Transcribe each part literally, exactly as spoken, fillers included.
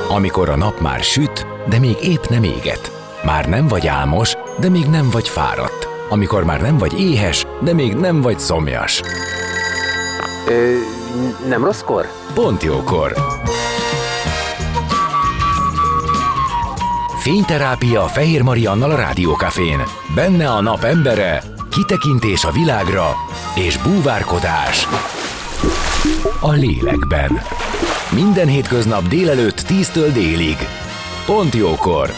Amikor a nap már süt, de még épp nem éget. Már nem vagy álmos, de még nem vagy fáradt. Amikor már nem vagy éhes, de még nem vagy szomjas. Ö, nem rosszkor? Pont jókor. Fényterápia Fehér Mariannal a Rádiókafén. Benne a nap embere, kitekintés a világra és búvárkodás a lélekben. Minden hétköznap délelőtt tíztől délig. Pont jókor.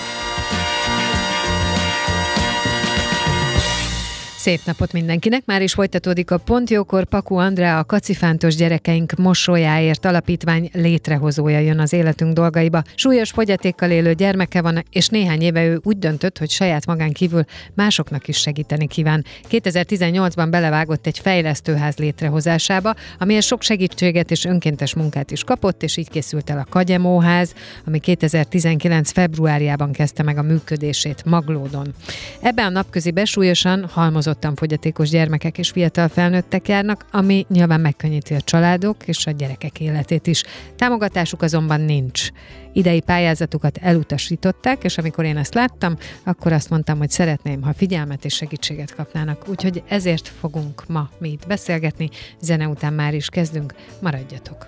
Szép napot mindenkinek! Már is folytatódik a Pont jókor. Paku Andrea, a Kacifántos Gyerekeink Mosolyáért Alapítvány létrehozója jön az életünk dolgaiba. Súlyos fogyatékkal élő gyermeke van, és néhány éve ő úgy döntött, hogy saját magán kívül másoknak is segíteni kíván. kétezer-tizennyolcban belevágott egy fejlesztőház létrehozásába, amihez sok segítséget és önkéntes munkát is kapott, és így készült el a Kagyemóház, ami kétezer-tizenkilenc februárjában kezdte meg a működését Maglódon. Ebben a napköziben súlyosan halmozott fogyatékos gyermekek és fiatal felnőttek járnak, ami nyilván megkönnyíti a családok és a gyerekek életét is. Támogatásuk azonban nincs. Idei pályázatukat elutasították, és amikor én ezt láttam, akkor azt mondtam, hogy szeretném, ha figyelmet és segítséget kapnának. Úgyhogy ezért fogunk ma mi itt beszélgetni. Zene után már is kezdünk. Maradjatok!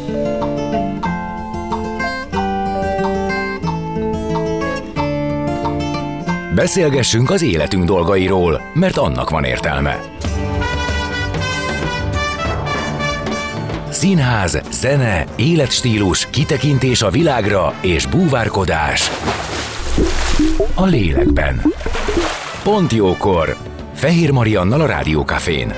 Beszélgessünk az életünk dolgairól, mert annak van értelme. Színház, zene, életstílus, kitekintés a világra és búvárkodás a lélekben. Pont jókor. Fehér Mariannal a Rádiókafén.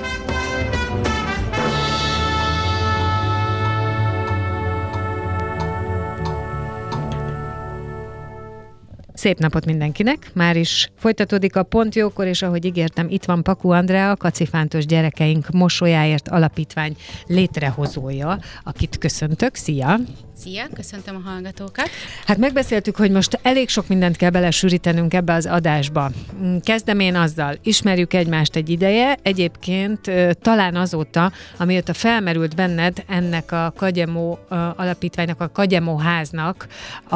Szép napot mindenkinek! Már is folytatódik a Pont jókor, és ahogy ígértem, itt van Paku Andrea, a Kacifántos Gyerekeink Mosolyáért Alapítvány létrehozója, akit köszöntök. Szia! Szia, köszöntöm a hallgatókat! Hát megbeszéltük, hogy most elég sok mindent kell belesűrítenünk ebbe az adásba. Kezdem én azzal, ismerjük egymást egy ideje, egyébként talán azóta, amióta felmerült benned ennek a Kagyemó Alapítványnak, a Kagyemóháznak a,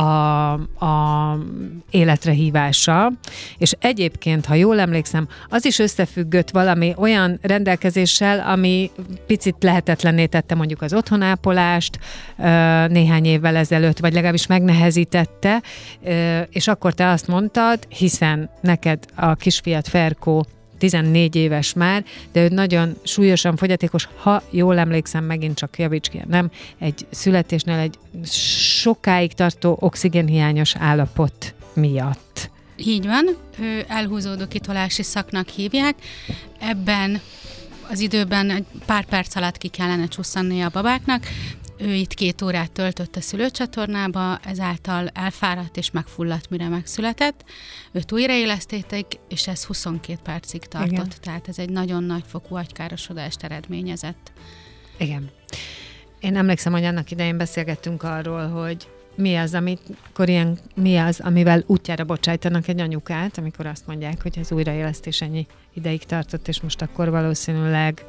a életre hívása, és egyébként, ha jól emlékszem, az is összefüggött valami olyan rendelkezéssel, ami picit lehetetlenné tette mondjuk az otthonápolást néhány évvel ezelőtt, vagy legalábbis megnehezítette, és akkor te azt mondtad, hiszen neked a kisfiad Ferkó tizennégy éves már, de ő nagyon súlyosan fogyatékos, ha jól emlékszem, megint csak javíts ki, nem, egy születésnél egy sokáig tartó oxigénhiányos állapot miatt. Így van, elhúzódó kitolási szaknak hívják. Ebben az időben egy pár perc alatt ki kellene csusszanni a babáknak. Ő itt két órát töltött a szülőcsatornába, ezáltal elfáradt és megfulladt, mire megszületett. Őt újraélesztették, és ez huszonkét percig tartott. Igen. Tehát ez egy nagyon nagy fokú agykárosodást eredményezett. Igen. Én emlékszem, hogy annak idején beszélgettünk arról, hogy mi az, amikor ilyen, mi az, amivel útjára bocsájtanak egy anyukát, amikor azt mondják, hogy az újraélesztés ennyi ideig tartott, és most akkor valószínűleg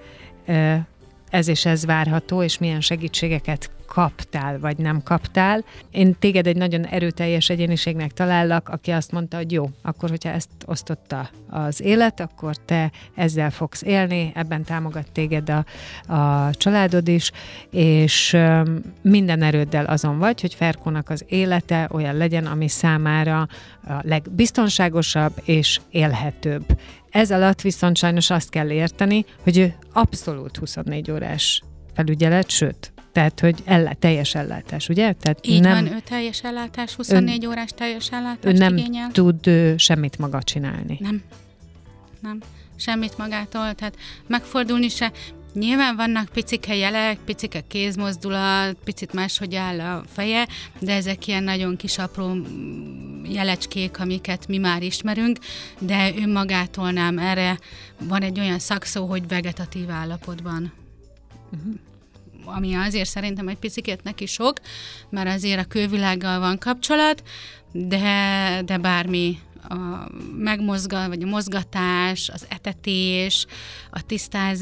ez és ez várható, és milyen segítségeket kaptál, vagy nem kaptál. Én téged egy nagyon erőteljes egyéniségnek talállak, aki azt mondta, hogy jó, akkor, hogyha ezt osztotta az élet, akkor te ezzel fogsz élni, ebben támogat téged a, a családod is, és minden erőddel azon vagy, hogy Ferkónak az élete olyan legyen, ami számára a legbiztonságosabb és élhetőbb. Ez alatt viszont sajnos azt kell érteni, hogy ő abszolút huszonnégy órás felügyelet, sőt, tehát, hogy ellát, teljes ellátás, ugye? Tehát így nem, van, ő teljes ellátás, huszonnégy ön, órás teljes ellátást ő nem igényel. tud ő, semmit maga csinálni. Nem, nem, semmit magától, tehát megfordulni se. Nyilván vannak picike jelek, picike kézmozdulat, picit máshogy áll a feje, de ezek ilyen nagyon kis apró jelecskék, amiket mi már ismerünk, de önmagától nem. Erre van egy olyan szakszó, hogy vegetatív állapotban. Uh-huh. Ami azért szerintem egy picikét neki sok, mert azért a külvilággal van kapcsolat, de, de bármi a megmozgat, vagy a mozgatás, az etetés, a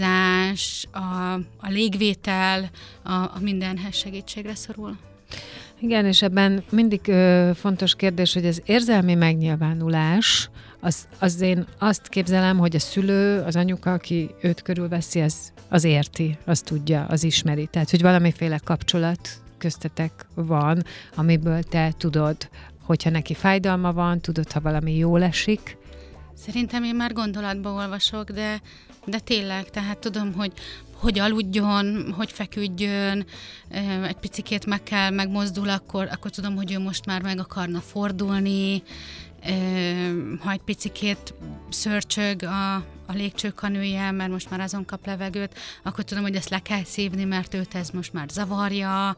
tisztázás, a, a légvétel, a, a mindenhez segítségre szorul. Igen, és ebben mindig ö, fontos kérdés, hogy az érzelmi megnyilvánulás, az, az én azt képzelem, hogy a szülő, az anyuka, aki őt körülveszi, az, az érti, az tudja, az ismeri. Tehát, hogy valamiféle kapcsolat köztetek van, amiből te tudod, hogyha neki fájdalma van, tudod, ha valami jól esik. Szerintem én már gondolatba olvasok, de, de tényleg, tehát tudom, hogy hogy aludjon, hogy feküdjön, egy picikét meg kell, megmozdul, akkor, akkor tudom, hogy ő most már meg akarna fordulni, ha egy picikét szörcsög a, a légcsőkanője, mert most már azon kap levegőt, akkor tudom, hogy ezt le kell szívni, mert őt ez most már zavarja,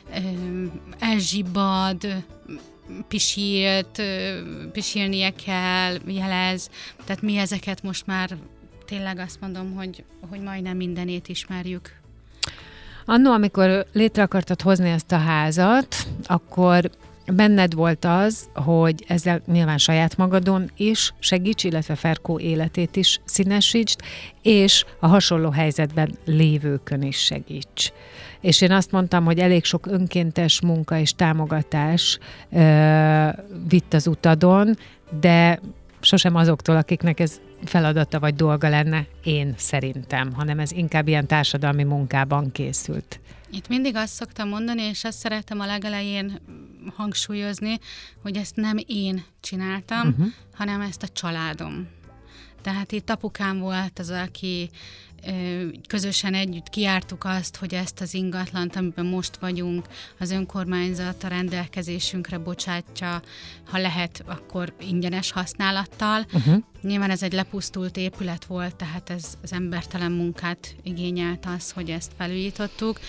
elzsibbad, pisílt, pisilnie kell, jelez, tehát mi ezeket most már tényleg azt mondom, hogy, hogy majdnem mindenét ismerjük. Annó, amikor létre akartad hozni ezt a házat, akkor benned volt az, hogy ezzel nyilván saját magadon is segíts, illetve Ferkó életét is színesítsd, és a hasonló helyzetben lévőkön is segíts. És én azt mondtam, hogy elég sok önkéntes munka és támogatás ö, vitt az utadon, de sosem azoktól, akiknek ez feladata vagy dolga lenne, én szerintem, hanem ez inkább ilyen társadalmi munkában készült. Itt mindig azt szoktam mondani, és azt szeretem a legelején hangsúlyozni, hogy ezt nem én csináltam, uh-huh. hanem ezt a családom. Tehát itt apukám volt az, aki közösen együtt kijártuk azt, hogy ezt az ingatlant, amiben most vagyunk, az önkormányzat a rendelkezésünkre bocsátja, ha lehet, akkor ingyenes használattal. Uh-huh. Nyilván ez egy lepusztult épület volt, tehát ez az embertelen munkát igényelt az, hogy ezt felújítottuk,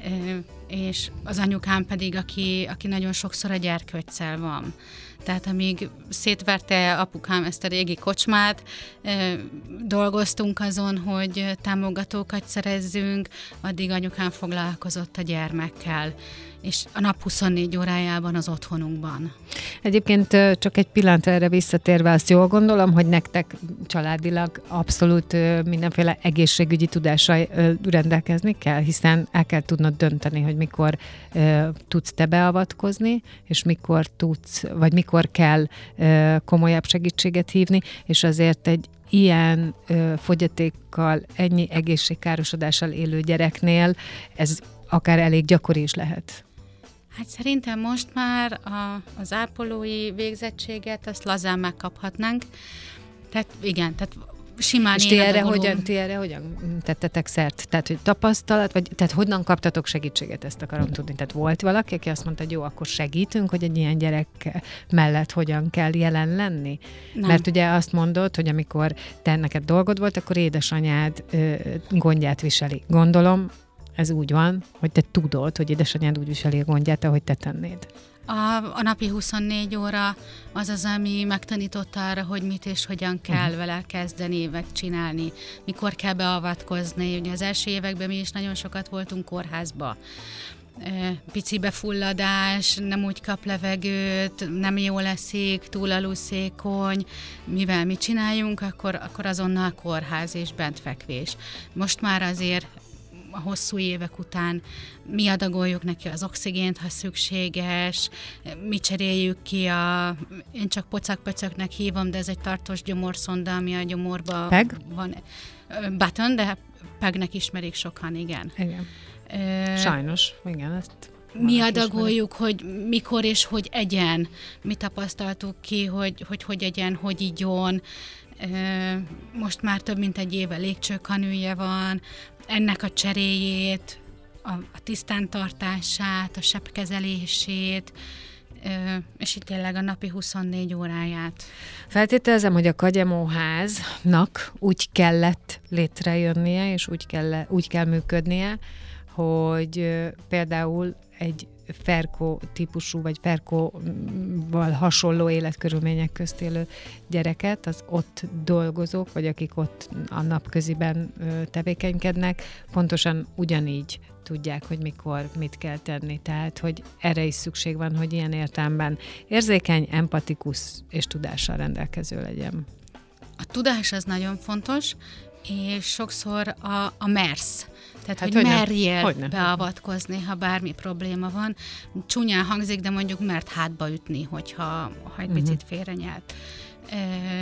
és az anyukám pedig, aki, aki nagyon sokszor a gyerkőccel van. Tehát amíg szétverte apukám ezt a régi kocsmát, dolgoztunk azon, hogy támogatókat szerezzünk, addig anyukám foglalkozott a gyermekkel, és a nap huszonnégy órájában az otthonunkban. Egyébként csak egy pillanatra erre visszatérve azt jól gondolom, hogy nektek családilag abszolút mindenféle egészségügyi tudással rendelkezni kell, hiszen el kell tudnod dönteni, hogy mikor tudsz te beavatkozni, és mikor tudsz, vagy mikor kell komolyabb segítséget hívni, és azért egy ilyen ö, fogyatékkal, ennyi egészségkárosodással élő gyereknél ez akár elég gyakori is lehet. Hát szerintem most már a, az ápolói végzettséget azt lazán megkaphatnánk. Tehát igen, tehát simán és ti erre, hogyan, ti erre hogyan tettetek szert? Tehát, hogy tapasztalat, vagy tehát honnan kaptatok segítséget, ezt akarom tudni. Tehát volt valaki, aki azt mondta, hogy jó, akkor segítünk, hogy egy ilyen gyerek mellett hogyan kell jelen lenni? Nem. Mert ugye azt mondod, hogy amikor te neked dolgod volt, akkor édesanyád ö, gondját viseli. Gondolom, ez úgy van, hogy te tudod, hogy édesanyád úgy viseli a gondját, ahogy te tennéd. A, a napi huszonnégy óra az az, ami megtanította arra, hogy mit és hogyan kell uh-huh. vele kezdeni, vagy csinálni, mikor kell beavatkozni. Ugye az első években mi is nagyon sokat voltunk kórházba. Pici befulladás, nem úgy kap levegőt, nem jól eszik, túl aluszékony, mivel mi csináljunk, akkor, akkor azonnal kórház és bentfekvés. Most már azért a hosszú évek után mi adagoljuk neki az oxigént, ha szükséges, mi cseréljük ki a, én csak pocak-pöcöknek hívom, de ez egy tartós gyomorszonda, ami a gyomorban Peg? van. Button, de Pegnek ismerik sokan, igen. Igen. Sajnos, igen, ezt mi adagoljuk, hogy mikor és hogy egyen. Mi tapasztaltuk ki, hogy hogy, hogy egyen, hogy igyon. Most már több mint egy éve légcsőkanője van, ennek a cseréjét, a, a tisztántartását, a sebkezelését, és itt tényleg a napi huszonnégy óráját. Feltételezem, hogy a Kagyemóháznak úgy kellett létrejönnie, és úgy kell, úgy kell működnie, hogy például egy Ferkó típusú, vagy Ferkóval hasonló életkörülmények közt élő gyereket, az ott dolgozók, vagy akik ott a napköziben tevékenykednek, pontosan ugyanígy tudják, hogy mikor mit kell tenni. Tehát, hogy erre is szükség van, hogy ilyen értelemben érzékeny, empatikus és tudással rendelkező legyen. A tudás az nagyon fontos, és sokszor a, a mersz. Tehát, Hát, hogy, hogy merjél hogy nem. beavatkozni, ha bármi probléma van. Csúnyán hangzik, de mondjuk mert hátba ütni, hogyha ha egy Uh-huh. picit félrenyelt. E,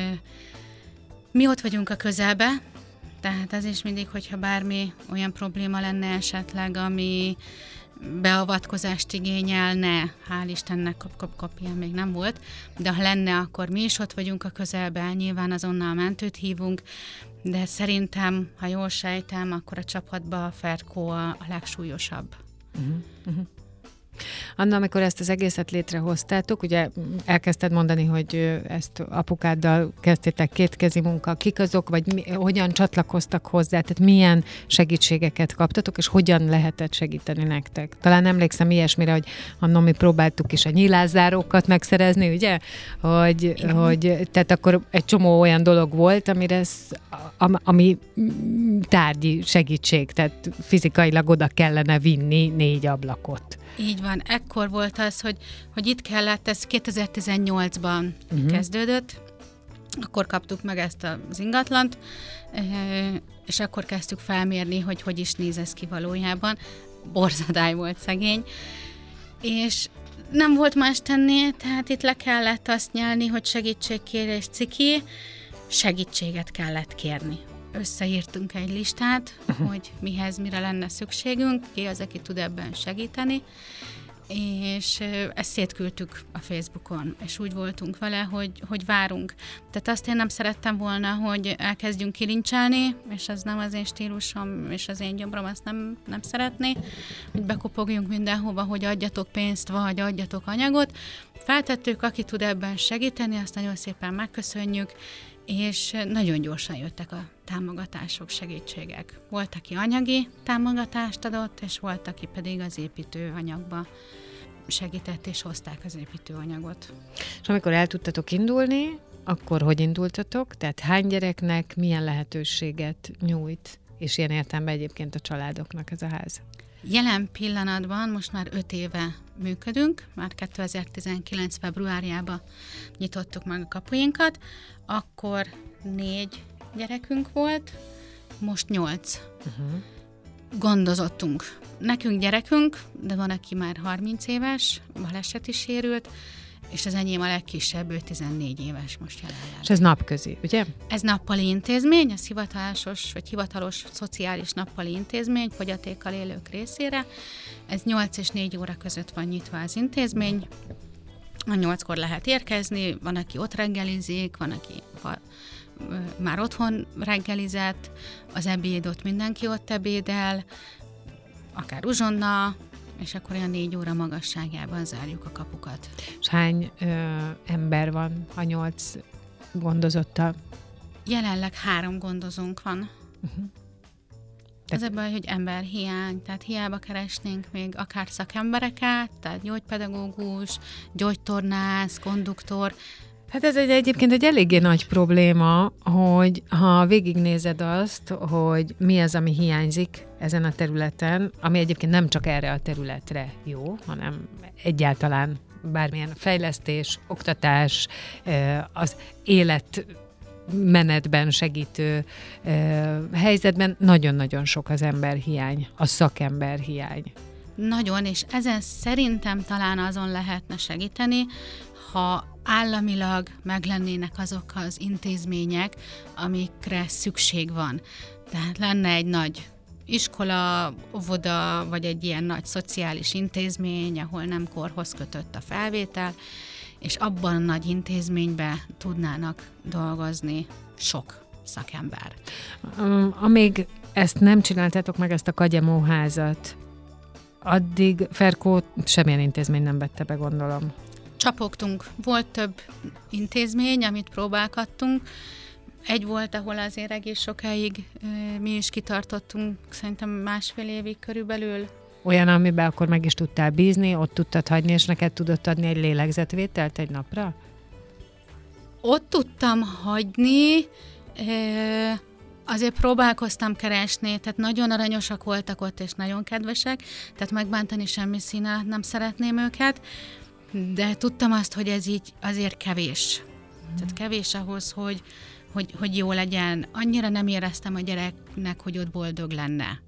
mi ott vagyunk a közelbe, tehát az is mindig, hogyha bármi olyan probléma lenne esetleg, ami beavatkozást igényelne, hál' Istennek kap-kap-kap, ilyen még nem volt, de ha lenne, akkor mi is ott vagyunk a közelben, nyilván azonnal mentőt hívunk, de szerintem, ha jól sejtem, akkor a csapatban a Ferkó a, a legsúlyosabb. Uh-huh. Uh-huh. Anna, amikor ezt az egészet létrehoztátok, ugye elkezdted mondani, hogy ezt apukáddal kezdtétek kétkezi munka, kik azok, vagy mi, hogyan csatlakoztak hozzá, tehát milyen segítségeket kaptatok, és hogyan lehetett segíteni nektek? Talán emlékszem ilyesmire, hogy annól mi próbáltuk is a nyilászárókat megszerezni, ugye? Hogy, hogy, tehát akkor egy csomó olyan dolog volt, amire ez, ami tárgyi segítség, tehát fizikailag oda kellene vinni négy ablakot. Így van, ekkor volt az, hogy, hogy itt kellett, ez kétezer-tizennyolcban uh-huh. kezdődött, akkor kaptuk meg ezt az ingatlant, és akkor kezdtük felmérni, hogy hogy is néz ez ki valójában. Borzadály volt szegény, és nem volt más tenni, tehát itt le kellett azt nyelni, hogy segítségkérés ciki, segítséget kellett kérni. Összeírtunk egy listát, uh-huh. hogy mihez, mire lenne szükségünk, ki az, aki tud ebben segíteni, és ezt szétküldtük a Facebookon, és úgy voltunk vele, hogy, hogy várunk. Tehát azt én nem szerettem volna, hogy elkezdjünk kilincselni, és ez nem az én stílusom, és az én gyomrom azt nem, nem szeretné, hogy bekopogjunk mindenhova, hogy adjatok pénzt, vagy adjatok anyagot. Feltettük, aki tud ebben segíteni, azt nagyon szépen megköszönjük, és nagyon gyorsan jöttek a támogatások, segítségek. Volt, aki anyagi támogatást adott, és volt, aki pedig az építőanyagba segített, és hozták az építőanyagot. És amikor el tudtatok indulni, akkor hogy indultatok? Tehát hány gyereknek milyen lehetőséget nyújt, és ilyen értelemben egyébként a családoknak ez a ház? Jelen pillanatban most már öt éve működünk, már kétezer-tizenkilenc februárjában nyitottuk meg a kapuinkat, akkor négy gyerekünk volt, most nyolc. Uh-huh. Gondozottunk. Nekünk gyerekünk, de van, aki már harminc éves, baleseti sérült, és az enyém a legkisebb, ő tizennégy éves most jelenleg. És ez napközi, ugye? Ez nappali intézmény, ez hivatalos, vagy hivatalos szociális nappali intézmény fogyatékkal élők részére. Ez nyolc és négy óra között van nyitva az intézmény. A nyolckor lehet érkezni, van, aki ott reggelizik, van, aki ha, ö, már otthon reggelizett, az ebédot mindenki ott ebédel, akár uzsonna, és akkor olyan négy óra magasságában zárjuk a kapukat. És hány ö, ember van a nyolc gondozottal? Jelenleg három gondozónk van. Uh-huh. Ez a baj, hogy emberhiány, tehát hiába keresnénk még akár szakembereket, tehát gyógypedagógus, gyógytornász, konduktor. Hát ez egy, egyébként egy eléggé nagy probléma, hogy ha végignézed azt, hogy mi az, ami hiányzik ezen a területen, ami egyébként nem csak erre a területre jó, hanem egyáltalán bármilyen fejlesztés, oktatás, az életmenetben segítő helyzetben nagyon-nagyon sok az emberhiány, a szakemberhiány. Nagyon, és ezen szerintem talán azon lehetne segíteni, ha államilag meglennének azok az intézmények, amikre szükség van. Tehát lenne egy nagy iskola, óvoda, vagy egy ilyen nagy szociális intézmény, ahol nem korhoz kötött a felvétel, és abban a nagy intézményben tudnának dolgozni sok szakember. Amíg ezt nem csináltátok meg, ezt a Kagyemóházat, addig Ferkó semmilyen intézmény nem vette be, gondolom. Csapogtunk. Volt több intézmény, amit próbálgattunk. Egy volt, ahol azért egész sokáig mi is kitartottunk, szerintem másfél évig körülbelül. Olyan, amiben akkor meg is tudtál bízni, ott tudtad hagyni, és neked tudott adni egy lélegzetvételt egy napra? Ott tudtam hagyni, azért próbálkoztam keresni, tehát nagyon aranyosak voltak ott, és nagyon kedvesek, tehát megbántani semmi színe nem szeretném őket, de tudtam azt, hogy ez így azért kevés. Hmm. Tehát kevés ahhoz, hogy, hogy, hogy jó legyen. Annyira nem éreztem a gyereknek, hogy ott boldog lenne.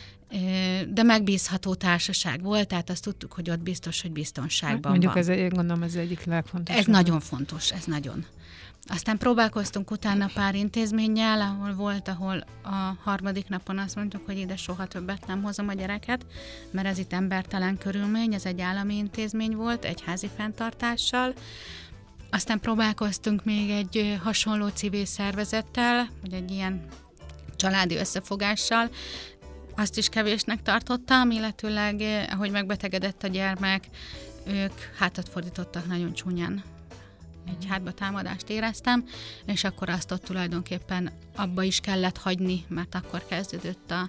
De megbízható társaság volt, tehát azt tudtuk, hogy ott biztos, hogy biztonságban Mondjuk van. ez, én gondolom, ez egyik legfontosabb. Ez nagyon fontos, ez nagyon. Aztán próbálkoztunk utána pár intézménnyel, ahol volt, ahol a harmadik napon azt mondtuk, hogy ide soha többet nem hozom a gyereket, mert ez itt embertelen körülmény, ez egy állami intézmény volt, egy házi fenntartással. Aztán próbálkoztunk még egy hasonló civil szervezettel, vagy egy ilyen családi összefogással. Azt is kevésnek tartottam, illetőleg, ahogy megbetegedett a gyermek, ők hátat fordítottak nagyon csúnyán. Egy hátba támadást éreztem, és akkor azt ott tulajdonképpen abba is kellett hagyni, mert akkor kezdődött a,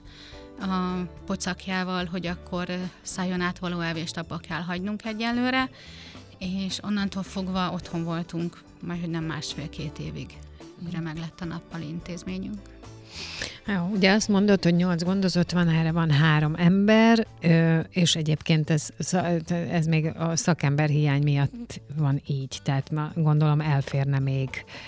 a pocakjával, hogy akkor szájon átvaló elvést abba kell hagynunk egyelőre, és onnantól fogva otthon voltunk, majd hogy nem másfél-két évig, mire meg lett a nappali intézményünk. Jó, ugye azt mondod, hogy nyolc gondozott van, erre van három ember, és egyébként ez, ez még a szakember hiány miatt van így, tehát ma gondolom elférne még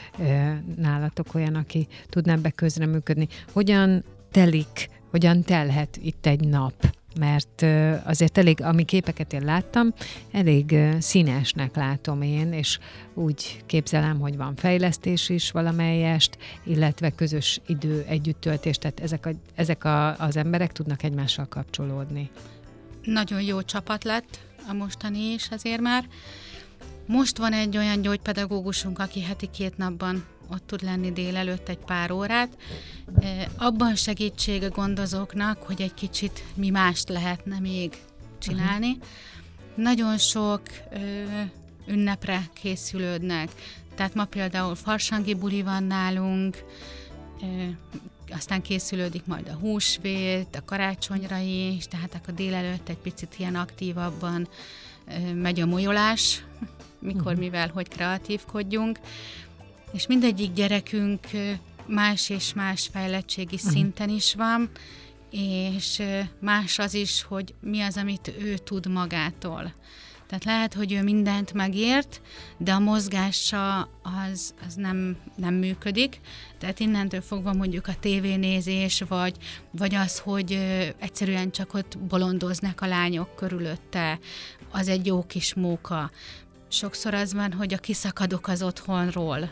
nálatok olyan, aki tudna ebbe közreműködni. Hogyan telik, hogyan telhet itt egy nap? Mert azért elég, ami képeket én láttam, elég színesnek látom én, és úgy képzelem, hogy van fejlesztés is valamelyest, illetve közös idő együttöltés, tehát ezek, a, ezek a, az emberek tudnak egymással kapcsolódni. Nagyon jó csapat lett a mostani is azért már. Most van egy olyan gyógypedagógusunk, aki heti két napban ott tud lenni délelőtt egy pár órát. Abban segítség a gondozóknak, hogy egy kicsit mi mást lehetne még csinálni. Uh-huh. Nagyon sok ö, ünnepre készülődnek. Tehát ma például farsangi buli van nálunk, ö, aztán készülődik majd a húsvét, a karácsonyra is, tehát akkor délelőtt egy picit ilyen aktívabban ö, megy a molyolás, mikor, uh-huh. mivel, hogy kreatívkodjunk. És mindegyik gyerekünk más és más fejlettségi uh-huh. szinten is van, és más az is, hogy mi az, amit ő tud magától. Tehát lehet, hogy ő mindent megért, de a mozgása az, az nem, nem működik. Tehát innentől fogva mondjuk a tévénézés, vagy, vagy az, hogy egyszerűen csak ott bolondoznak a lányok körülötte, az egy jó kis móka. Sokszor az van, hogy a kiszakadok az otthonról.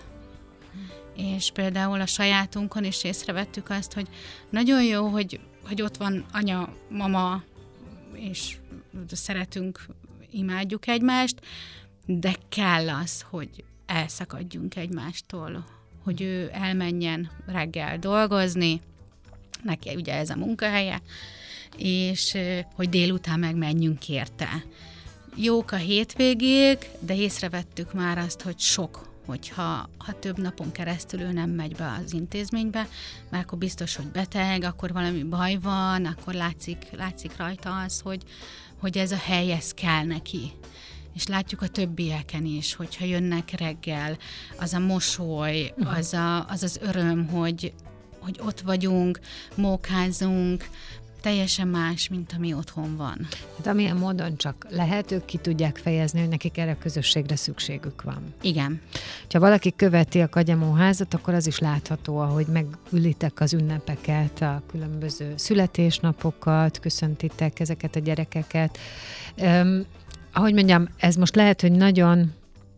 És például a sajátunkon is észrevettük azt, hogy nagyon jó, hogy, hogy ott van anya, mama, és szeretünk, imádjuk egymást, de kell az, hogy elszakadjunk egymástól, hogy ő elmenjen reggel dolgozni, neki ugye ez a munkahelye, és hogy délután meg menjünk érte. Jók a hétvégék, de észrevettük már azt, hogy sok, hogyha ha több napon keresztül ő nem megy be az intézménybe, mert akkor biztos, hogy beteg, akkor valami baj van, akkor látszik, látszik rajta az, hogy, hogy ez a hely, ez kell neki. És látjuk a többieken is, hogyha jönnek reggel, az a mosoly, az a, az, az öröm, hogy, hogy ott vagyunk, mókázunk, teljesen más, mint ami otthon van. Hát amilyen módon csak lehet, ők ki tudják fejezni, hogy nekik erre a közösségre szükségük van. Igen. Ha valaki követi a Kagyamóházat, akkor az is látható, ahogy megülitek az ünnepeket, a különböző születésnapokat, köszöntitek ezeket a gyerekeket. Um, ahogy mondjam, ez most lehet, hogy nagyon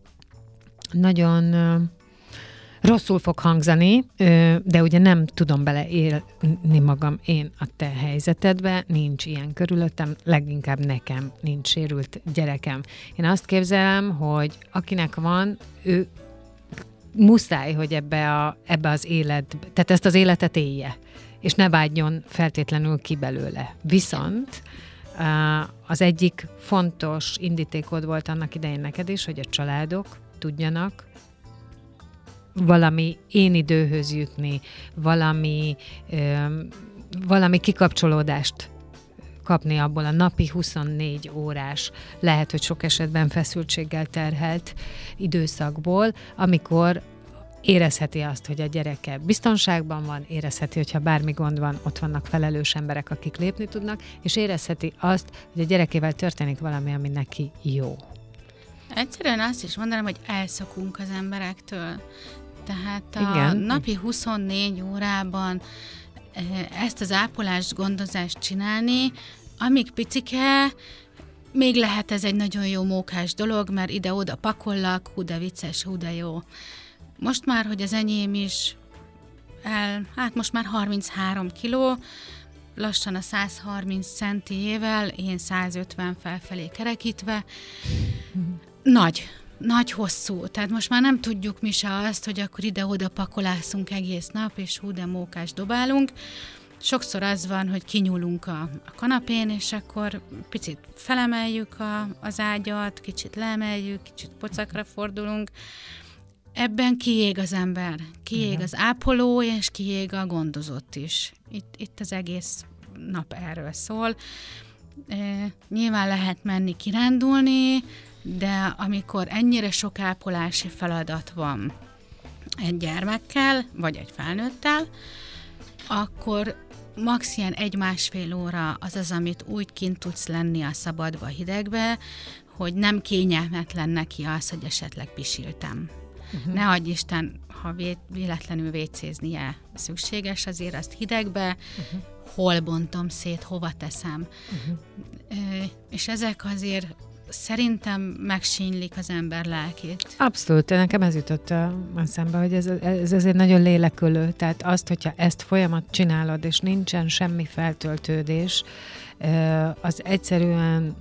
nagyon rosszul fog hangzani, de ugye nem tudom beleélni magam én a te helyzetedbe, nincs ilyen körülöttem, leginkább nekem nincs sérült gyerekem. Én azt képzelem, hogy akinek van, ő muszáj, hogy ebbe, a, ebbe az élet, tehát ezt az életet élje, és ne vágyjon feltétlenül ki belőle. Viszont az egyik fontos indítékod volt annak idején neked is, hogy a családok tudjanak valami én időhöz jutni, valami, ö, valami kikapcsolódást kapni abból a napi huszonnégy órás, lehet, hogy sok esetben feszültséggel terhelt időszakból, amikor érezheti azt, hogy a gyereke biztonságban van, érezheti, hogyha bármi gond van, ott vannak felelős emberek, akik lépni tudnak, és érezheti azt, hogy a gyerekével történik valami, ami neki jó. Egyszerűen azt is mondanám, hogy elszokunk az emberektől. Tehát a Igen. napi huszonnégy órában ezt az ápolást, gondozást csinálni, amíg picike, még lehet ez egy nagyon jó mókás dolog, mert ide-oda pakollak, hú de vicces, hú de jó. Most már, hogy az enyém is el, hát most már harminchárom kiló, lassan a száz harminc centiével, én száz ötven felfelé kerekítve. Nagy, nagy hosszú. Tehát most már nem tudjuk mi se azt, hogy akkor ide-oda pakolászunk egész nap, és hú de mókás dobálunk. Sokszor az van, hogy kinyúlunk a, a kanapén, és akkor picit felemeljük a, az ágyat, kicsit leemeljük, kicsit pocakra fordulunk. Ebben kiég az ember, kiég Igen. az ápoló, és kiég a gondozott is. Itt, itt az egész nap erről szól. E, nyilván lehet menni kirándulni, de amikor ennyire sok ápolási feladat van egy gyermekkel, vagy egy felnőttel, akkor max. Ilyen egy-másfél óra az az, amit úgy kint tudsz lenni a szabadba, a hidegbe, hogy nem kényelmetlen neki az, hogy esetleg pisiltem. Uh-huh. Ne adj Isten, ha vé- véletlenül vécéznie szükséges, azért azt hidegbe, uh-huh. hol bontom szét, hova teszem. Uh-huh. E, és ezek azért szerintem megsínylik az ember lelkét. Abszolút, nekem ez jutott eszembe, hogy ez, ez azért nagyon lélekölő. Tehát azt, hogyha ezt folyamat csinálod, és nincsen semmi feltöltődés, az egyszerűen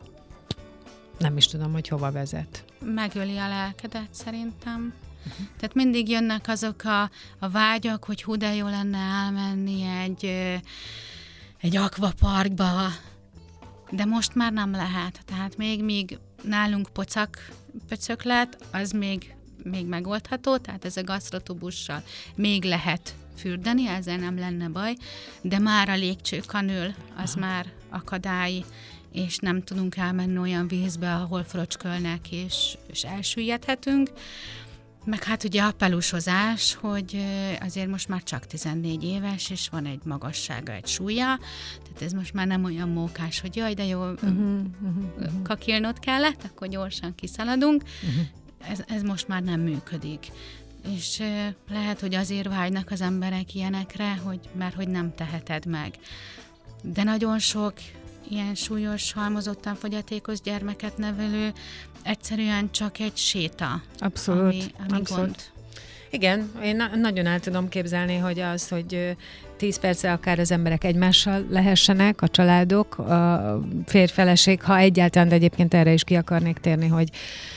nem is tudom, hogy hova vezet. Megöli a lelkedet szerintem. Uh-huh. Tehát mindig jönnek azok a, a vágyak, hogy hú de jó lenne elmenni egy, egy akvaparkba, de most már nem lehet. Tehát még míg nálunk pocak pöcöklet, az még, még megoldható, tehát ez a gasztrotubussal még lehet fürdeni, ezzel nem lenne baj, de már a légcsőkanül az Aha. már akadály, és nem tudunk elmenni olyan vízbe, ahol fröcskölnek, és, és elsüllyedhetünk. Meg hát ugye a pelusozás, hogy azért most már csak tizennégy éves, és van egy magassága, egy súlya, tehát ez most már nem olyan mókás, hogy jaj, de jó, uh-huh, uh-huh. kakilnod kellett, akkor gyorsan kiszaladunk. Uh-huh. Ez, ez most már nem működik. És lehet, hogy azért vágynak az emberek ilyenekre, hogy, mert hogy nem teheted meg. De nagyon sok ilyen súlyos, halmozottan fogyatékos gyermeket nevelő egyszerűen csak egy séta. Abszolút. Ami, ami abszolút. gond. Igen, én na- nagyon el tudom képzelni, hogy az, hogy tíz perce akár az emberek egymással lehessenek, a családok, a férj-feleség, ha egyáltalán, de egyébként erre is ki akarnék térni, hogy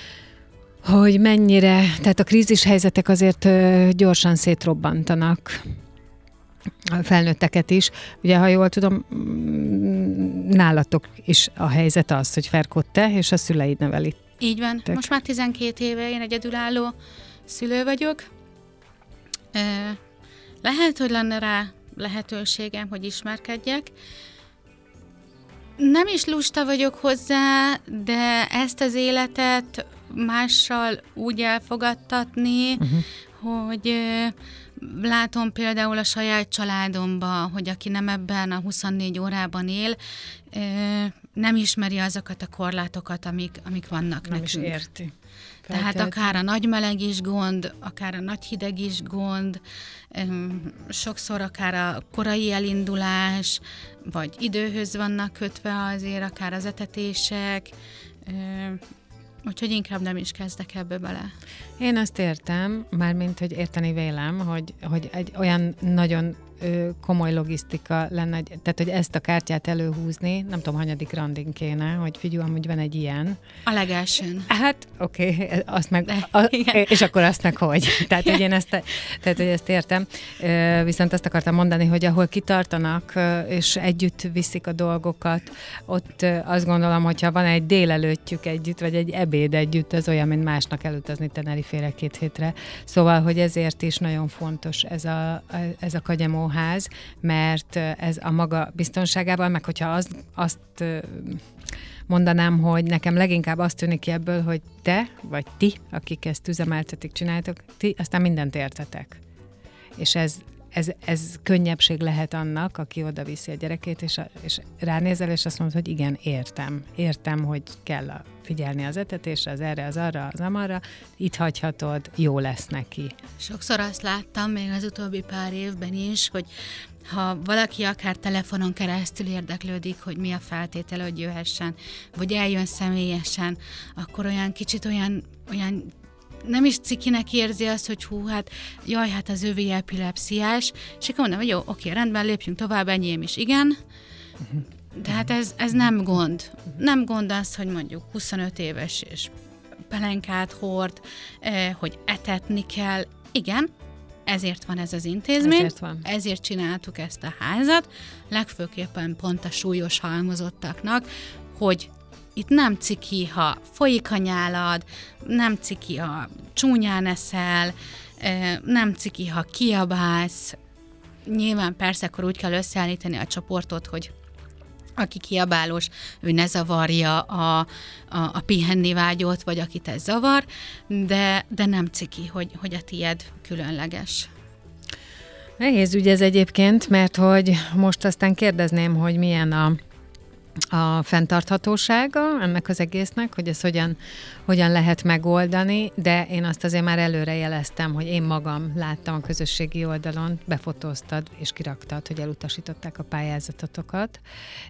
hogy mennyire, tehát a krízis helyzetek azért gyorsan szétrobbantanak a felnőtteket is. Ugye, ha jól tudom, nálatok is a helyzet az, hogy Ferkót te és a szüleid nevelik. Így van. Tek. Most már tizenkét éve én egyedülálló szülő vagyok. Lehet, hogy lenne rá lehetőségem, hogy ismerkedjek. Nem is lusta vagyok hozzá, de ezt az életet mással úgy elfogadtatni, uh-huh. hogy látom például a saját családomban, hogy aki nem ebben a huszonnégy órában él, nem ismeri azokat a korlátokat, amik, amik vannak nem nekünk. Nem is érti. Tehát Feltelt. akár a nagy meleg is gond, akár a nagy hideg is gond, sokszor akár a korai elindulás, vagy időhöz vannak kötve azért, akár az etetések, úgyhogy inkább nem is kezdek ebbe bele. Én azt értem, mármint, hogy érteni vélem, hogy, hogy egy olyan nagyon ö, komoly logisztika lenne, tehát, hogy ezt a kártyát előhúzni, nem tudom, hanyadik randin kéne, hogy figyelj, amúgy van egy ilyen. A legelsőn. Hát, oké, okay, azt meg, a, és akkor azt meg hogy. Tehát, hogy én ezt, tehát, hogy ezt értem. Viszont azt akartam mondani, hogy ahol kitartanak, és együtt viszik a dolgokat, ott azt gondolom, hogyha van egy délelőttjük együtt, vagy egy ebéd együtt, az olyan, mint másnak elutazni Tenerifére két hétre. Szóval, hogy ezért is nagyon fontos ez a, ez a kagyemóház, mert ez a maga biztonságával, meg hogyha azt, azt mondanám, hogy nekem leginkább azt tűnik ki ebből, hogy te, vagy ti, akik ezt üzemeltetik, csináltok, ti aztán mindent értetek. És ez, ez, ez könnyebbség lehet annak, aki oda viszi a gyerekét, és, a, és ránézel, és azt mondod, hogy igen, értem. Értem, hogy kell a, figyelni az etetésre, az erre, az arra, az amarra, itt hagyhatod, jó lesz neki. Sokszor azt láttam, még az utóbbi pár évben is, hogy ha valaki akár telefonon keresztül érdeklődik, hogy mi a feltétele, hogy jöhessen, vagy eljön személyesen, akkor olyan kicsit olyan, olyan nem is cikinek érzi azt, hogy hú, hát jaj, hát az övé epilepsziás, és akkor mondom, hogy jó, oké, rendben, lépjünk tovább, enyém is, igen. De hát ez, ez nem gond. Nem gond az, hogy mondjuk huszonöt éves és pelenkát hord, hogy etetni kell. Igen, ezért van ez az intézmény, ezért, van. ezért csináltuk ezt a házat, legfőképpen pont a súlyos halmozottaknak, hogy itt nem ciki, ha folyik a nyálad, nem ciki, ha csúnyán eszel, nem ciki, ha kiabálsz. Nyilván persze akkor úgy kell összeállítani a csoportot, hogy aki kiabálós, ő ne zavarja a, a, a pihenni vágyót, vagy akit ez zavar, de, de nem ciki, hogy, hogy a tied különleges. Nehéz ügy ez egyébként, mert hogy most aztán kérdezném, hogy milyen a a fenntarthatósága ennek az egésznek, hogy ezt hogyan, hogyan lehet megoldani, de én azt azért már előre jeleztem, hogy én magam láttam a közösségi oldalon, befotóztad és kiraktad, hogy elutasították a pályázatotokat,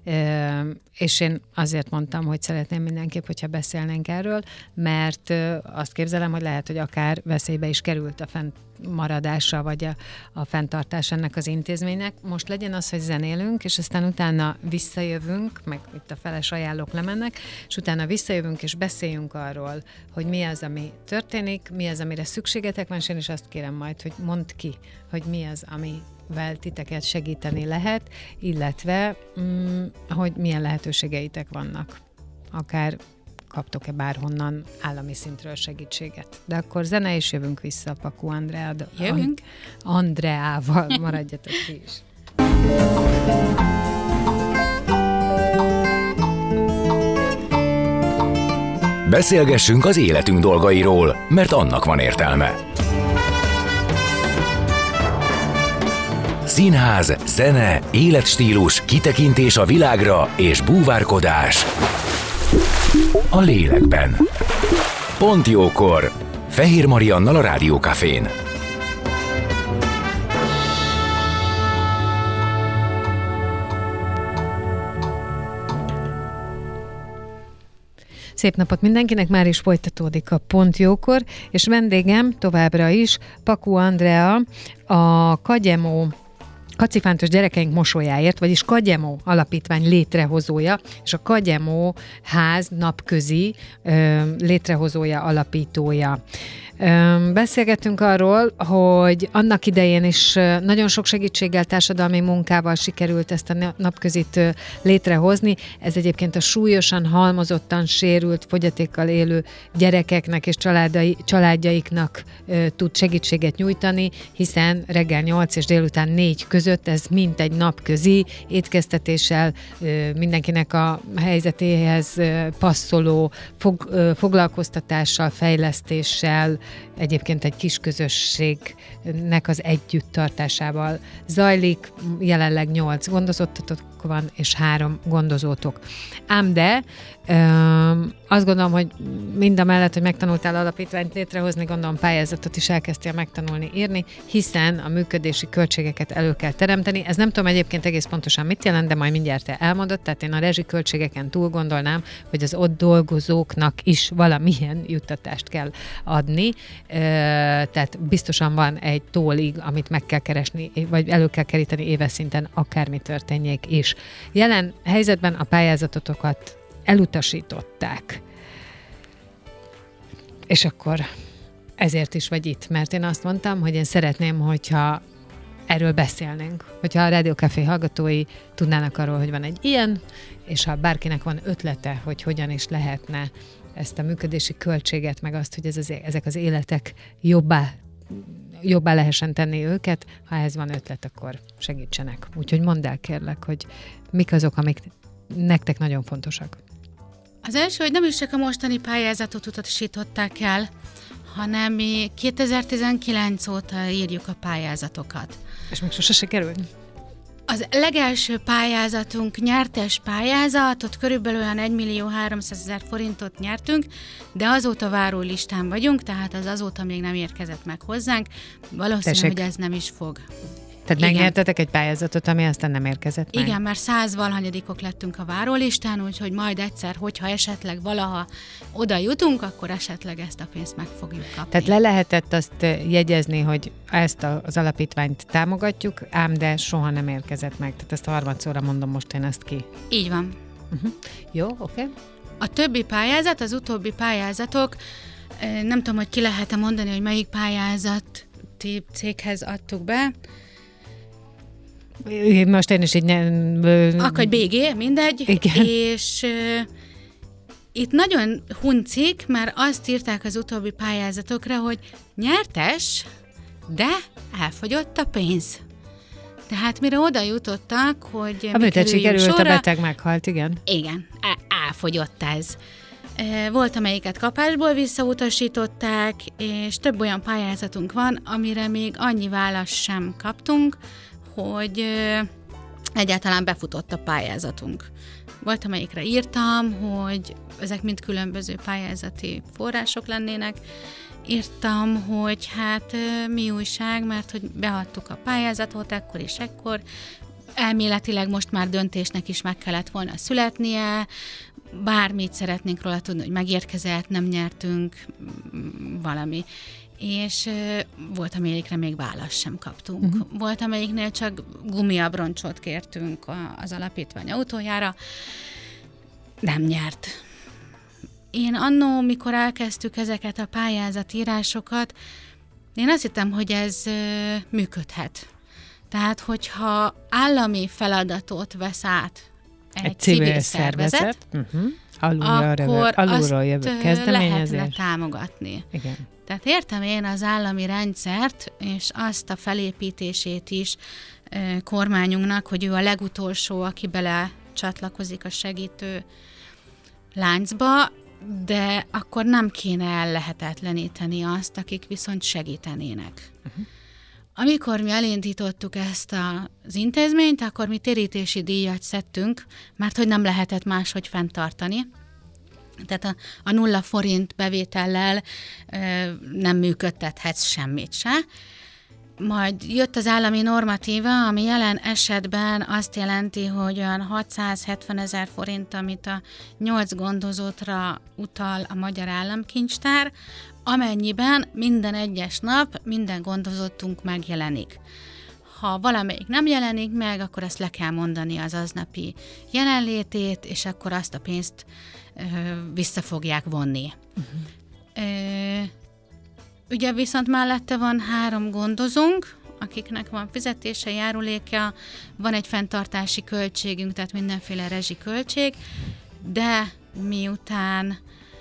és én azért mondtam, hogy szeretném mindenképp, hogyha beszélnénk erről, mert azt képzelem, hogy lehet, hogy akár veszélybe is került a fent maradása, vagy a, a fenntartás ennek az intézménynek. Most legyen az, hogy zenélünk, és aztán utána visszajövünk, meg itt a feles ajánlók lemennek, és utána visszajövünk, és beszéljünk arról, hogy mi az, ami történik, mi az, amire szükségetek van, és én is azt kérem majd, hogy mondd ki, hogy mi az, amivel titeket segíteni lehet, illetve, mm, hogy milyen lehetőségeitek vannak. Akár kaptok-e bárhonnan állami szintről segítséget. De akkor zene, és jövünk vissza Paku Andrea, Jövünk. Andreával, maradjatok ki is. Beszélgessünk az életünk dolgairól, mert annak van értelme. Színház, zene, életstílus, kitekintés a világra és búvárkodás a lélekben. Pont jókor! Fehér Mariannal a Rádió Cafén. Szép napot mindenkinek, már is folytatódik a Pont jókor, és vendégem továbbra is Paku Andrea, a Kagyemo Kacifántos Gyerekeink Mosolyáért, vagyis Kagyemo alapítvány létrehozója, és a Kagyemo ház napközi ö, létrehozója, alapítója. Ö, beszélgettünk arról, hogy annak idején is nagyon sok segítséggel, társadalmi munkával sikerült ezt a napközit létrehozni. Ez egyébként a súlyosan halmozottan sérült, fogyatékkal élő gyerekeknek és családai, családjaiknak ö, tud segítséget nyújtani, hiszen reggel nyolc és délután négy között ez mint egy napközi étkeztetéssel, ö, mindenkinek a helyzetéhez ö, passzoló fog, ö, foglalkoztatással, fejlesztéssel, egyébként egy kis közösségnek az együtttartásával zajlik. Jelenleg nyolc gondozottatok van, és három gondozótok. Ám de ö, azt gondolom, hogy mind a mellett, hogy megtanultál alapítványt létrehozni, gondolom pályázatot is elkezdtél megtanulni írni, hiszen a működési költségeket elő kell teremteni. Ez nem tudom egyébként egész pontosan mit jelent, de majd mindjárt te elmondod, tehát én a rezsiköltségeken túl gondolnám, hogy az ott dolgozóknak is valamilyen juttatást kell adni, ö, tehát biztosan van egy tólig, amit meg kell keresni, vagy elő kell keríteni éves szinten, akármi történjék is. Jelen helyzetben a pályázatotokat elutasították. És akkor ezért is vagy itt, mert én azt mondtam, hogy én szeretném, hogyha erről beszélnénk, hogyha a Rádió Café hallgatói tudnának arról, hogy van egy ilyen, és ha bárkinek van ötlete, hogy hogyan is lehetne ezt a működési költséget, meg azt, hogy ez az, ezek az életek jobbá jobbá lehessen tenni őket, ha ehhez van ötlet, akkor segítsenek. Úgyhogy mondd el kérlek, hogy mik azok, amik nektek nagyon fontosak. Az első, hogy nem is csak a mostani pályázatot utasították el, hanem mi kétezer-tizenkilenc óta írjuk a pályázatokat. És még sose sikerült? Az legelső pályázatunk, nyertes pályázat, ott körülbelül olyan egymillió háromszázezer forintot nyertünk, de azóta váró listán vagyunk, tehát az azóta még nem érkezett meg hozzánk. Valószínű, Tessék. hogy ez nem is fog. Tehát Igen. megnyertetek egy pályázatot, ami aztán nem érkezett meg? Igen, már száz valahanyadikok lettünk a várólistán, úgyhogy majd egyszer, hogyha esetleg valaha oda jutunk, akkor esetleg ezt a pénzt meg fogjuk kapni. Tehát le lehetett azt jegyezni, hogy ezt a, az alapítványt támogatjuk, ám de soha nem érkezett meg. Tehát ezt harmadszorra mondom most én ezt ki. Így van. Uh-huh. Jó, oké. Okay. A többi pályázat, az utóbbi pályázatok, nem tudom, hogy ki lehet-e mondani, hogy melyik pályázati céghez adtuk be. Most én is így nem... Akkor bé gé, mindegy. Igen. És uh, itt nagyon huncik, mert azt írták az utóbbi pályázatokra, hogy nyertes, de elfogyott a pénz. Tehát mire oda jutottak, hogy a műtét sikerült, sorra, a beteg meghalt, igen. Igen, elfogyott ez. Volt, amelyiket kapásból visszautasították, és több olyan pályázatunk van, amire még annyi választ sem kaptunk, hogy egyáltalán befutott a pályázatunk. Volt, amelyikre írtam, hogy ezek mind különböző pályázati források lennének. Írtam, hogy hát mi újság, mert hogy beadtuk a pályázatot ekkor és ekkor. Elméletileg most már döntésnek is meg kellett volna születnie, bármit szeretnénk róla tudni, hogy megérkezett, nem nyertünk, valami. És uh, volt, amelyikre még választ sem kaptunk. Uh-huh. Volt, amelyiknél csak gumiabroncsot kértünk a, az alapítvány autójára. Nem nyert. Én annó, mikor elkezdtük ezeket a pályázatírásokat, én azt hittem, hogy ez uh, működhet. Tehát, hogyha állami feladatot vesz át egy, egy civil, civil szervezet, szervezet uh-huh. Alulról akkor alulról jövő azt lehetne támogatni. Igen. Tehát értem én az állami rendszert, és azt a felépítését is e, kormányunknak, hogy ő a legutolsó, aki bele csatlakozik a segítő láncba, de akkor nem kéne ellehetetleníteni azt, akik viszont segítenének. Uh-huh. Amikor mi elindítottuk ezt a, az intézményt, akkor mi térítési díjat szedtünk, mert hogy nem lehetett máshogy fenntartani. Tehát a, a nulla forint bevétellel ö, nem működtethetsz semmit se. Majd jött az állami normatíva, ami jelen esetben azt jelenti, hogy olyan hatszázhetvenezer forint, amit a nyolc gondozótra utal a Magyar Államkincstár, amennyiben minden egyes nap minden gondozottunk megjelenik. Ha valamelyik nem jelenik meg, akkor ezt le kell mondani az aznapi jelenlétét, és akkor azt a pénzt ö, vissza fogják vonni. Uh-huh. Ö, ugye viszont mellette van három gondozónk, akiknek van fizetése, járuléka, van egy fenntartási költségünk, tehát mindenféle rezsiköltség, de miután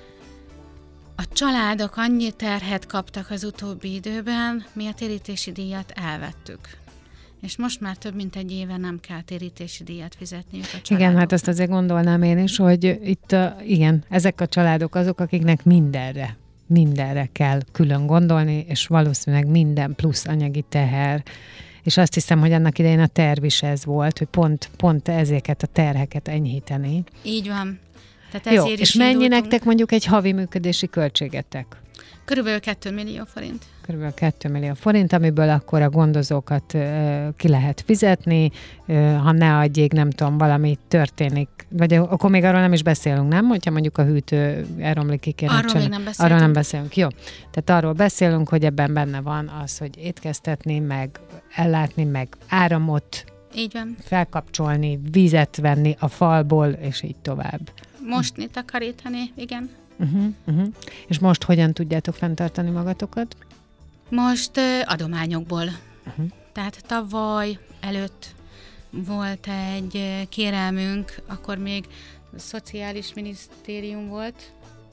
a családok annyi terhet kaptak az utóbbi időben, mi a térítési díjat elvettük. És most már több mint egy éve nem kell térítési díjat fizetniük a családok. Igen, hát azt azért gondolnám én is, hogy itt a, igen, ezek a családok azok, akiknek mindenre, mindenre kell külön gondolni, és valószínűleg minden plusz anyagi teher. És azt hiszem, hogy annak idején a terv is ez volt, hogy pont, pont ezeket a terheket enyhíteni. Így van. Tehát ezért Jó, is és mennyi indultunk. nektek mondjuk egy havi működési költségetek? Körülbelül két millió forint. Körülbelül két millió forint, amiből akkor a gondozókat uh, ki lehet fizetni, uh, ha ne adjék, nem tudom, valami történik, vagy akkor még arról nem is beszélünk, nem? Hogyha mondjuk a hűtő elromlik, ki kéne Arról még nem beszélünk. Arról nem beszélünk, jó. Tehát arról beszélünk, hogy ebben benne van az, hogy étkeztetni, meg ellátni, meg áramot így van. felkapcsolni, vízet venni a falból, és így tovább. Mosni, takarítani, igen. Uh-huh, uh-huh. És most hogyan tudjátok fenntartani magatokat? Most uh, adományokból. Uh-huh. Tehát tavaly előtt volt egy uh, kérelmünk, akkor még a Szociális Minisztérium volt,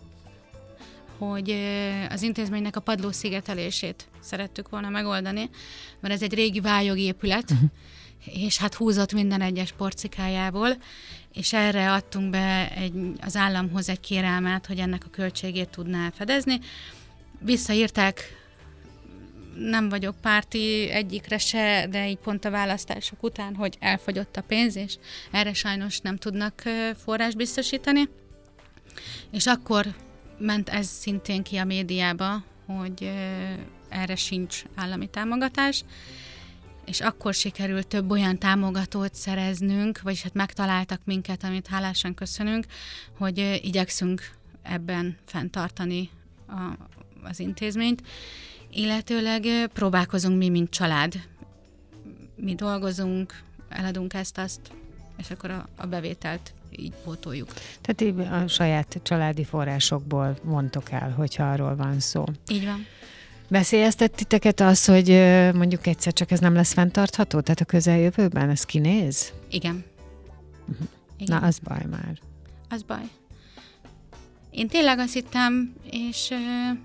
hogy uh, az intézménynek a padlószigetelését szerettük volna megoldani, mert ez egy régi vályogépület, uh-huh. és hát húzott minden egyes porcikájából, és erre adtunk be egy, az államhoz egy kérelmet, hogy ennek a költségét tudná fedezni. visszaírták, nem vagyok párti egyikre se, de így pont a választások után, hogy elfogyott a pénz, és erre sajnos nem tudnak forrás biztosítani. És akkor ment ez szintén ki a médiába, hogy erre sincs állami támogatás, és akkor sikerült több olyan támogatót szereznünk, vagyis hát megtaláltak minket, amit hálásan köszönünk, hogy igyekszünk ebben fenntartani a, az intézményt, illetőleg próbálkozunk mi, mint család. Mi dolgozunk, eladunk ezt-azt, és akkor a, a bevételt így pótoljuk. Tehát így a saját családi forrásokból mondtok el, hogyha arról van szó. Így van. Veszélyeztet titeket az, hogy mondjuk egyszer csak ez nem lesz fenntartható? Tehát a közeljövőben ez kinéz? Igen. Uh-huh. Igen. Na, az baj már. Az baj. Én tényleg azt hittem, és uh,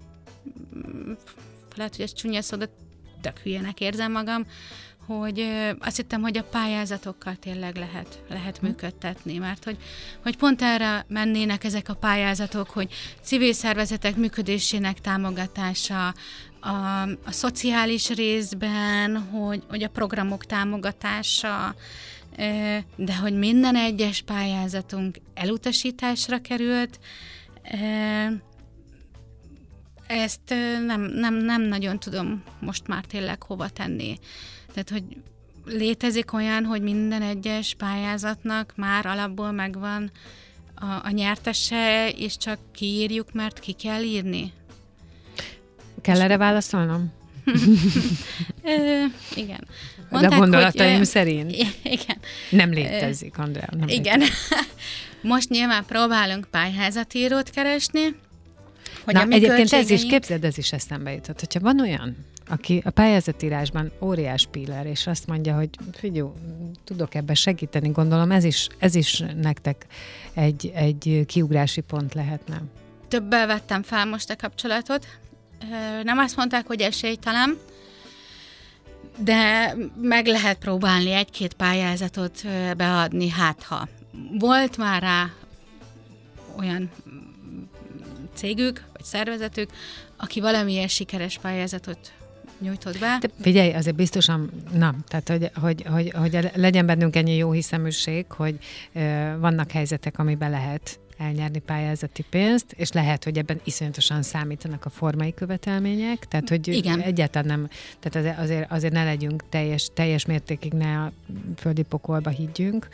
lehet, hogy ez csúnya szó, de tök hülyenek érzem magam, hogy uh, azt hittem, hogy a pályázatokkal tényleg lehet, lehet működtetni, mert hogy, hogy pont erre mennének ezek a pályázatok, hogy civil szervezetek működésének támogatása, a, a szociális részben, hogy, hogy a programok támogatása, uh, de hogy minden egyes pályázatunk elutasításra került, uh, ezt uh, nem, nem, nem nagyon tudom most már tényleg hova tenni. Tehát, hogy létezik olyan, hogy minden egyes pályázatnak már alapból megvan a, a nyertese, és csak kiírjuk, mert ki kell írni. Kell erre válaszolnom? Ö, igen. Mondták, de a gondolataim hogy, szerint igen. nem létezik, Andrea. Nem igen. Létezik. Most nyilván próbálunk pályázatírót keresni. Hogy Na, egyébként költségeink... ez is, képzeld, ez is eszembe jutott. Hogyha van olyan, aki a pályázatírásban óriás piller, és azt mondja, hogy figyelj, tudok ebben segíteni, gondolom ez is, ez is nektek egy, egy kiugrási pont lehetne. Többel vettem fel most a kapcsolatot. Nem azt mondták, hogy esélytelen, de meg lehet próbálni egy-két pályázatot beadni, hát ha. Volt már rá olyan cégük, vagy szervezetük, aki valamilyen sikeres pályázatot nyújtott be. De figyelj, azért biztosan, na, tehát hogy, hogy, hogy, hogy legyen bennünk ennyi jó hiszeműség, hogy uh, vannak helyzetek, amiben lehet elnyerni pályázati pénzt, és lehet, hogy ebben iszonyatosan számítanak a formai követelmények, tehát hogy igen. Egyáltalán nem, tehát azért, azért ne legyünk teljes, teljes mértékig, ne a földi pokolba higgyünk,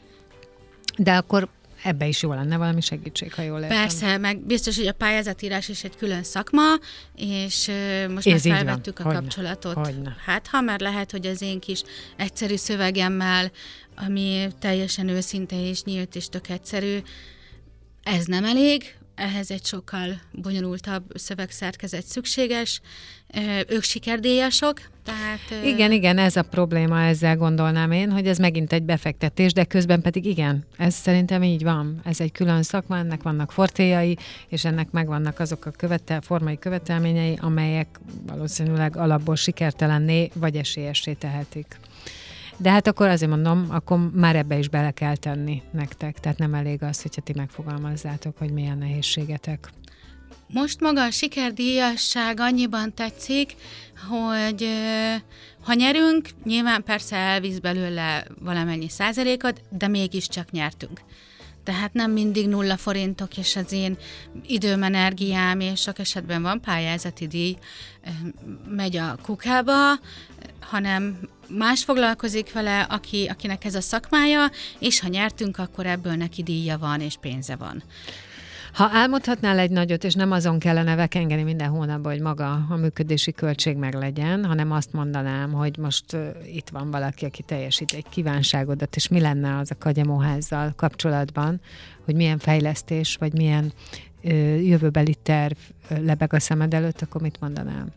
de akkor ebbe is jó lenne valami segítség, ha jól értem. Persze, meg biztos, hogy a pályázatírás is egy külön szakma, és most Ez már felvettük a Hogyne. kapcsolatot. Hogyne. Hát, ha már lehet, hogy az én kis egyszerű szövegemmel, ami teljesen őszinte és nyílt és tök egyszerű, ez nem elég, ehhez egy sokkal bonyolultabb szövegszerkezet szükséges. Ők sikerdíjasok, tehát... Igen, igen, ez a probléma, ezzel gondolnám én, hogy ez megint egy befektetés, de közben pedig igen, ez szerintem így van. Ez egy külön szakma, ennek vannak fortéjai, és ennek megvannak azok a követel, formai követelményei, amelyek valószínűleg alapból sikertelenné vagy esélyessé tehetik. De hát akkor azért mondom, akkor már ebbe is bele kell tenni nektek. Tehát nem elég az, hogyha ti megfogalmazzátok, hogy milyen nehézségetek. Most maga a sikerdíjasság annyiban tetszik, hogy ha nyerünk, nyilván persze elvisz belőle valamennyi százalékot, de mégiscsak nyertünk. Tehát nem mindig nulla forintok, és az én időm, energiám, és sok esetben van pályázati díj, megy a kukába, hanem más foglalkozik vele, aki, akinek ez a szakmája, és ha nyertünk, akkor ebből neki díja van, és pénze van. Ha álmodhatnál egy nagyot, és nem azon kellene vekengeni minden hónapban, hogy maga a működési költség meglegyen, hanem azt mondanám, hogy most uh, itt van valaki, aki teljesít egy kívánságodat, és mi lenne az a Kagyemóházzal kapcsolatban, hogy milyen fejlesztés, vagy milyen uh, jövőbeli terv uh, lebeg a szemed előtt, akkor mit mondanám?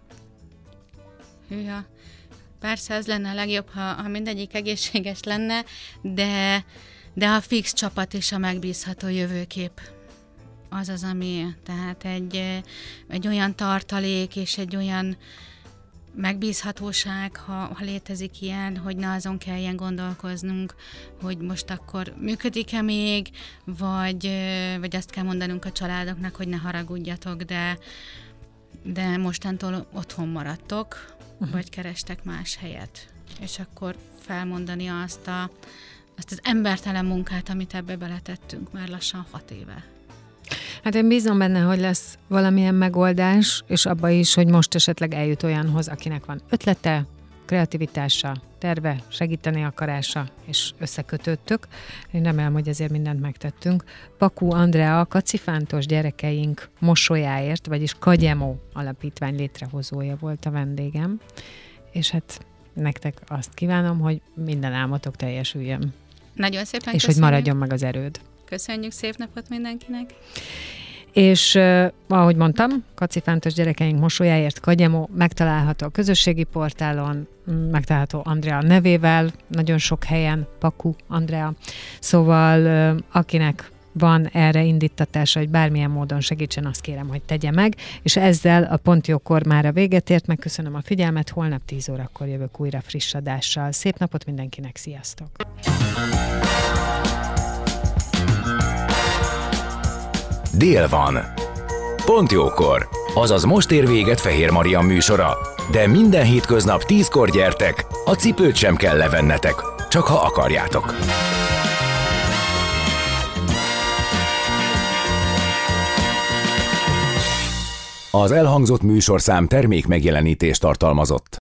Hűha. Persze az lenne a legjobb, ha, ha mindegyik egészséges lenne, de, de a fix csapat és a megbízható jövőkép az az, ami, tehát egy, egy olyan tartalék és egy olyan megbízhatóság, ha, ha létezik ilyen, hogy ne azon kelljen gondolkoznunk, hogy most akkor működik-e még, vagy, vagy azt kell mondanunk a családoknak, hogy ne haragudjatok, de de mostantól otthon maradtok, uh-huh. vagy kerestek más helyet. És akkor felmondani azt, a, azt az embertelen munkát, amit ebbe beletettünk már lassan hat éve. Hát én bízom benne, hogy lesz valamilyen megoldás, és abba is, hogy most esetleg eljut olyanhoz, akinek van ötlete, kreativitása, terve, segíteni akarása, és összekötöttök. Én remélem, hogy ezért mindent megtettünk. Paku Andrea, Kacifántos gyerekeink mosolyáért, vagyis Kagyemo alapítvány létrehozója volt a vendégem, és hát nektek azt kívánom, hogy minden álmotok teljesüljön. Nagyon szépen És köszönjük. hogy maradjon meg az erőd. Köszönjük, szép napot mindenkinek! És uh, ahogy mondtam, Kacifántos gyerekeink mosolyáért Kagyemo megtalálható a közösségi portálon, megtalálható Andrea nevével, nagyon sok helyen, Paku Andrea. Szóval uh, akinek van erre indítatása, hogy bármilyen módon segítsen, azt kérem, hogy tegye meg, és ezzel a Pont Jókor már a véget ért, megköszönöm a figyelmet, holnap tíz órakor jövök újra friss adással. Szép napot mindenkinek, sziasztok! Dél van. Pont jókor. Azaz most ér véget Fehér Maria műsora. De minden hétköznap tízkor gyertek, a cipőt sem kell levennetek, csak ha akarjátok. Az elhangzott műsorszám termék megjelenítést tartalmazott.